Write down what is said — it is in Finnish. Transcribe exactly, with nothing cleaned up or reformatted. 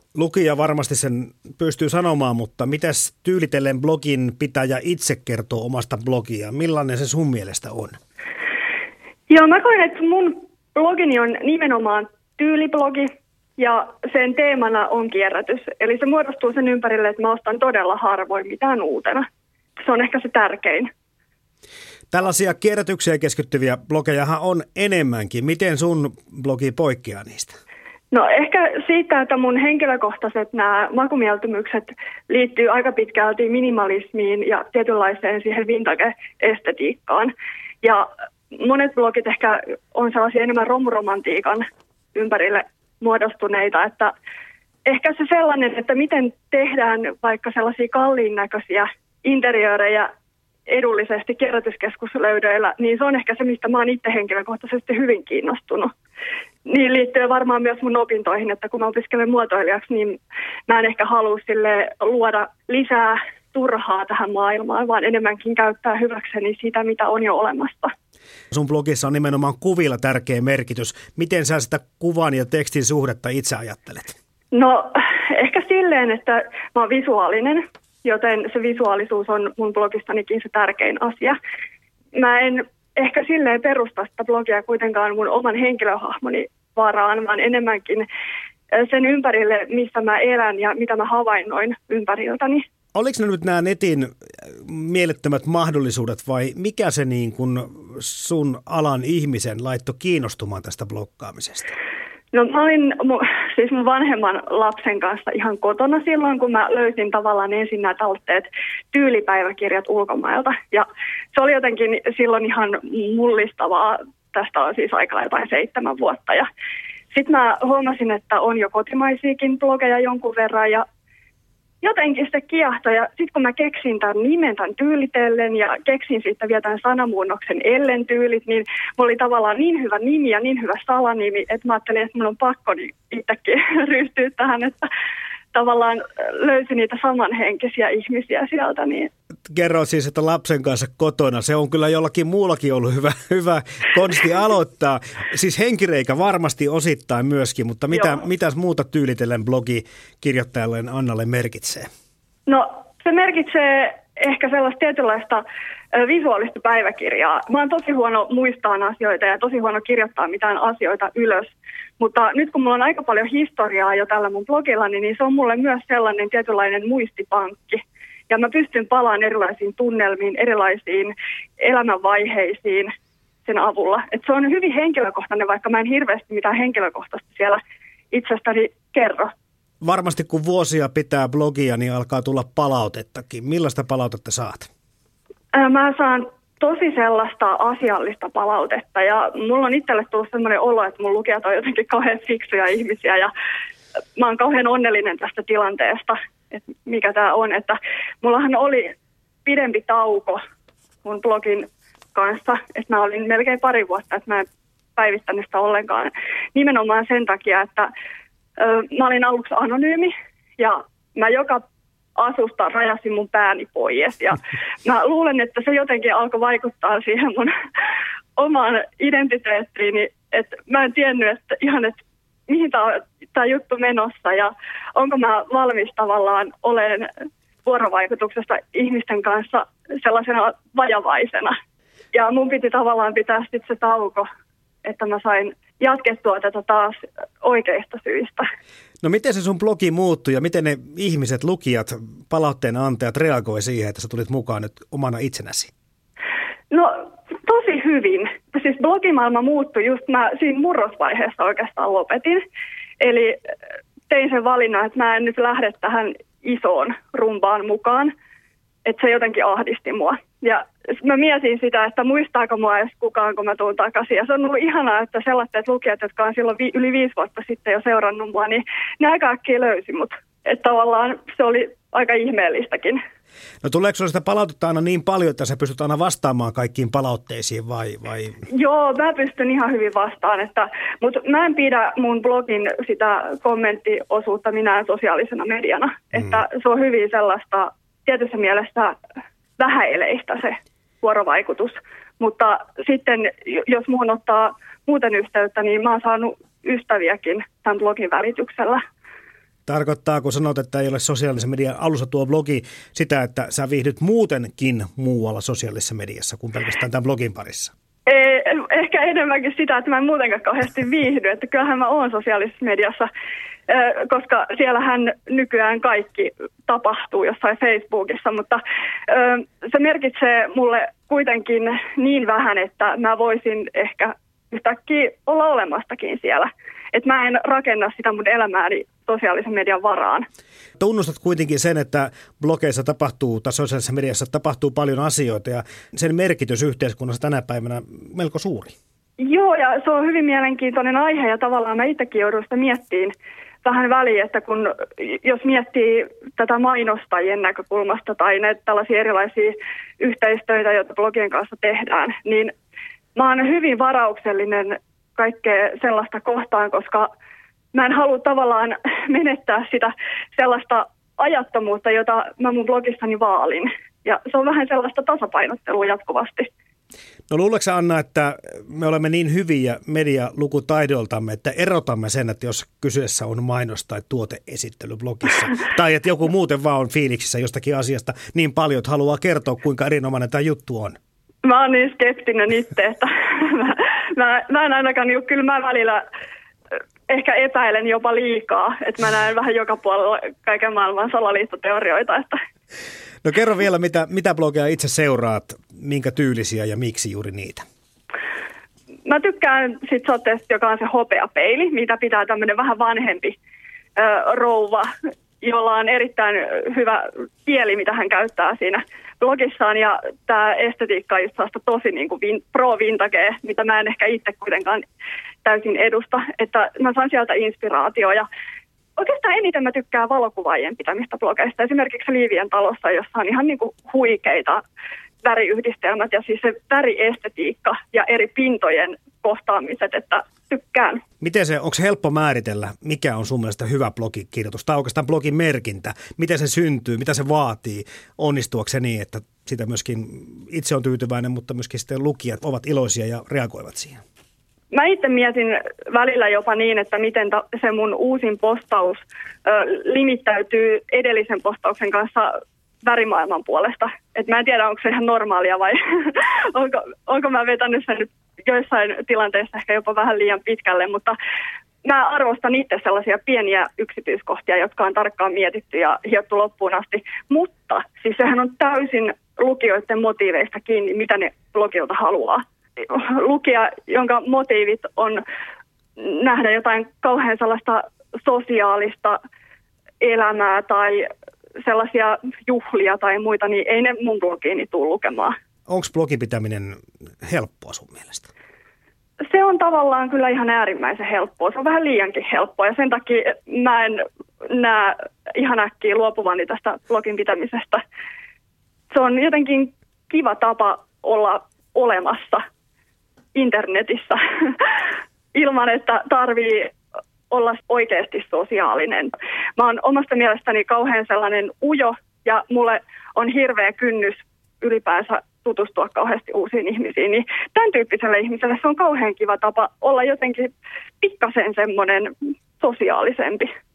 Lukija varmasti sen pystyy sanomaan, mutta mitäs Tyylitellen blogin pitäjä itse kertoo omasta blogiaan? Millainen se sun mielestä on? Joo, mä koen, että mun blogini on nimenomaan tyyliblogi ja sen teemana on kierrätys. Eli se muodostuu sen ympärille, että mä ostan todella harvoin mitään uutena. Se on ehkä se tärkein. Tällaisia kierrätykseen keskittyviä blogejahan on enemmänkin. Miten sun blogi poikkeaa niistä? No ehkä siitä, että mun henkilökohtaiset nämä makumieltymykset liittyy aika pitkälti minimalismiin ja tietynlaiseen siihen vintage-estetiikkaan. Ja monet blogit ehkä on sellaisia enemmän romuromantiikan ympärille muodostuneita, että ehkä se sellainen, että miten tehdään vaikka sellaisia kalliin näköisiä interiöörejä edullisesti kierrätyskeskuslöydöillä, niin se on ehkä se, mistä mä oon itse henkilökohtaisesti hyvin kiinnostunut. Niin liittyy varmaan myös mun opintoihin, että kun mä opiskelen muotoilijaksi, niin mä en ehkä halua sille luoda lisää turhaa tähän maailmaan, vaan enemmänkin käyttää hyväkseni sitä, mitä on jo olemassa. Sun blogissa on nimenomaan kuvilla tärkeä merkitys. Miten sä sitä kuvan ja tekstin suhdetta itse ajattelet? No ehkä silleen, että mä oon visuaalinen, joten se visuaalisuus on mun blogistanikin se tärkein asia. Mä en ehkä silleen perusta sitä blogia kuitenkaan mun oman henkilöhahmoni varaan, vaan enemmänkin sen ympärille, missä mä elän ja mitä mä havainnoin ympäriltäni. Oliko ne nyt nämä netin mielettömät mahdollisuudet vai mikä se niin kuin sun alan ihmisen laittoi kiinnostumaan tästä bloggaamisesta? No mä olin siis mun vanhemman lapsen kanssa ihan kotona silloin, kun mä löysin tavallaan ensin nämä taltteet tyylipäiväkirjat ulkomailta. Ja se oli jotenkin silloin ihan mullistavaa. Tästä on siis aikaa jotain seitsemän vuotta. Ja sitten mä huomasin, että on jo kotimaisiakin blogeja jonkun verran ja jotenkin se kiehtoi. Ja sitten kun mä keksin tämän nimen, tämän Tyylitellen ja keksin siitä vielä tämän sanamuunnoksen Ellen tyylit, niin mulla oli tavallaan niin hyvä nimi ja niin hyvä salanimi, että mä ajattelin, että mun on pakko niin itsekin ryhtyä tähän, että tavallaan löysin niitä samanhenkisiä ihmisiä sieltä. Niin. Kerroin siis, että lapsen kanssa kotona. Se on kyllä jollakin muullakin ollut hyvä, hyvä konsti aloittaa. Siis henkireikä varmasti osittain myöskin, mutta mitä, mitäs muuta Tyylitellen blogi kirjoittajalle Annalle merkitsee? No se merkitsee ehkä sellaista tietynlaista visuaalista päiväkirjaa. Mä oon tosi huono muistaa asioita ja tosi huono kirjoittaa mitään asioita ylös. Mutta nyt kun mulla on aika paljon historiaa jo tällä mun blogillani, niin se on mulle myös sellainen tietynlainen muistipankki. Ja mä pystyn palaamaan erilaisiin tunnelmiin, erilaisiin elämänvaiheisiin sen avulla. Et se on hyvin henkilökohtainen, vaikka mä en hirveästi mitään henkilökohtaista siellä itsestäni kerro. Varmasti kun vuosia pitää blogia, niin alkaa tulla palautettakin. Millaista palautetta saat? Mä saan tosi sellaista asiallista palautetta ja mulla on itselle tullut sellainen olo, että mun lukijat on jotenkin kauhean fiksuja ihmisiä ja mä oon kauhean onnellinen tästä tilanteesta, että mikä tää on. Että mullahan oli pidempi tauko mun blogin kanssa, että mä olin melkein pari vuotta, että mä en päivittänyt sitä ollenkaan. Nimenomaan sen takia, että ö, mä olin aluksi anonyymi ja mä joka asusta rajasin mun pääni pois ja mä luulen, että se jotenkin alkoi vaikuttaa siihen mun omaan identiteettiini, että mä en tiennyt, että ihan, että mihin tämä juttu menossa ja onko mä valmis tavallaan olemaan vuorovaikutuksesta ihmisten kanssa sellaisena vajavaisena. Ja mun piti tavallaan pitää sitten se tauko, että mä sain jatkettua tätä taas oikeista syistä. No miten se sun blogi muuttui ja miten ne ihmiset, lukijat, palautteen antajat reagoi siihen, että sä tulit mukaan nyt omana itsenäsi? No tosi hyvin. Siis blogimaailma muuttui just mä siinä murrosvaiheessa oikeastaan lopetin. Eli tein sen valinnan, että mä en nyt lähde tähän isoon rumbaan mukaan. Että se jotenkin ahdisti mua. Ja mä mietin sitä, että muistaako mua edes kukaan, kun mä tuun takaisin. Ja se on ollut ihanaa, että sellaiset lukijat, jotka on silloin vi- yli viisi vuotta sitten jo seurannut mua, niin ne aika äkkiä löysi mut. Että tavallaan se oli aika ihmeellistäkin. No tuleeko sinulle sitä palautetta aina niin paljon, että sä pystyt aina vastaamaan kaikkiin palautteisiin vai? vai? Joo, mä pystyn ihan hyvin vastaan, että, mutta mä en pidä mun blogin sitä kommenttiosuutta minään sosiaalisena mediana. Mm. Että se on hyvin sellaista tietyssä mielessä vähäileistä se vuorovaikutus, mutta sitten jos muun ottaa muuten yhteyttä, niin mä oon saanut ystäviäkin tämän blogin välityksellä. Tarkoittaa, kun sanot, että ei ole sosiaalisen median alussa tuo blogi, sitä, että sä viihdyt muutenkin muualla sosiaalisessa mediassa kuin pelkästään tämän blogin parissa? Ei, ehkä enemmänkin sitä, että mä en muutenkaan kauheasti viihdy, että kyllähän mä oon sosiaalisessa mediassa, koska siellähän nykyään kaikki tapahtuu jossain Facebookissa, mutta se merkitsee mulle kuitenkin niin vähän, että mä voisin ehkä yhtäkkiä olla olemastakin siellä. Että mä en rakenna sitä mun elämääni sosiaalisen median varaan. Tunnustat kuitenkin sen, että blogeissa tapahtuu tai sosiaalisessa mediassa tapahtuu paljon asioita ja sen merkitys yhteiskunnassa tänä päivänä melko suuri. Joo, ja se on hyvin mielenkiintoinen aihe ja tavallaan mä itsekin joudun sitä miettimään vähän väliin, että kun jos miettii tätä mainostajien näkökulmasta tai näitä tällaisia erilaisia yhteistöitä, joita blogien kanssa tehdään, niin mä oon hyvin varauksellinen kaikkea sellaista kohtaan, koska mä en halua tavallaan menettää sitä sellaista ajattomuutta, jota mä mun blogissani vaalin. Ja se on vähän sellaista tasapainottelua jatkuvasti. No luuletko sä, Anna, että me olemme niin hyviä medialukutaidoltamme, että erotamme sen, että jos kyseessä on mainos- tai tuoteesittely blogissa, tai että joku muuten vaan on fiiliksissä jostakin asiasta niin paljon, että haluaa kertoa, kuinka erinomainen tämä juttu on? Mä oon niin skeptinen itse, että mä, mä, mä en ainakaan, niin kyllä mä välillä ehkä epäilen jopa liikaa, että mä näen vähän joka puolella kaiken maailman salaliittoteorioita. Että. No kerro vielä, mitä, mitä blogeja itse seuraat, minkä tyylisiä ja miksi juuri niitä? Mä tykkään sit sotesta, joka on se hopeapeili, mitä pitää tämmöinen vähän vanhempi ö, rouva, jolla on erittäin hyvä kieli, mitä hän käyttää siinä blogissaan. Ja tämä estetiikka on just tosi niin kuin vin, pro-vintage, mitä mä en ehkä itse kuitenkaan täysin edusta. Että mä saan sieltä inspiraatioa. Ja oikeastaan eniten mä tykkään valokuvaajien pitämistä blogeista. Esimerkiksi Liivien talossa, jossa on ihan niin kuin huikeita väriyhdistelmät ja siis se väriestetiikka ja eri pintojen kohtaamiset, että tykkään. Miten se, onko se helppo määritellä, mikä on sun mielestä hyvä blogikirjoitus tai oikeastaan blogin merkintä? Miten se syntyy, mitä se vaatii onnistuakseen niin, että sitä myöskin itse on tyytyväinen, mutta myöskin sitten lukijat ovat iloisia ja reagoivat siihen? Mä itse mietin välillä jopa niin, että miten ta- se mun uusin postaus ö, limittäytyy edellisen postauksen kanssa värimaailman puolesta. Et mä en tiedä, onko se ihan normaalia vai onko, onko mä vetänyt sen nyt joissain tilanteissa ehkä jopa vähän liian pitkälle, mutta mä arvostan itse sellaisia pieniä yksityiskohtia, jotka on tarkkaan mietitty ja hiottu loppuun asti, mutta siis sehän on täysin lukijoiden motiiveista kiinni, mitä ne blogilta haluaa. Lukija, jonka motiivit on nähdä jotain kauhean sellaista sosiaalista elämää tai sellaisia juhlia tai muita, niin ei ne mun blogiini tule lukemaan. Onko blogin pitäminen helppoa sun mielestä? Se on tavallaan kyllä ihan äärimmäisen helppoa. Se on vähän liiankin helppoa ja sen takia mä en näe ihan äkkiä luopuvani tästä blogin pitämisestä. Se on jotenkin kiva tapa olla olemassa internetissä ilman, että tarvii olla oikeasti sosiaalinen. Mä oon omasta mielestäni kauhean sellainen ujo ja mulle on hirveä kynnys ylipäänsä tutustua kauheasti uusiin ihmisiin. Niin tämän tyyppiselle ihmiselle se on kauhean kiva tapa olla jotenkin pikkasen semmoinen sosiaalisempi.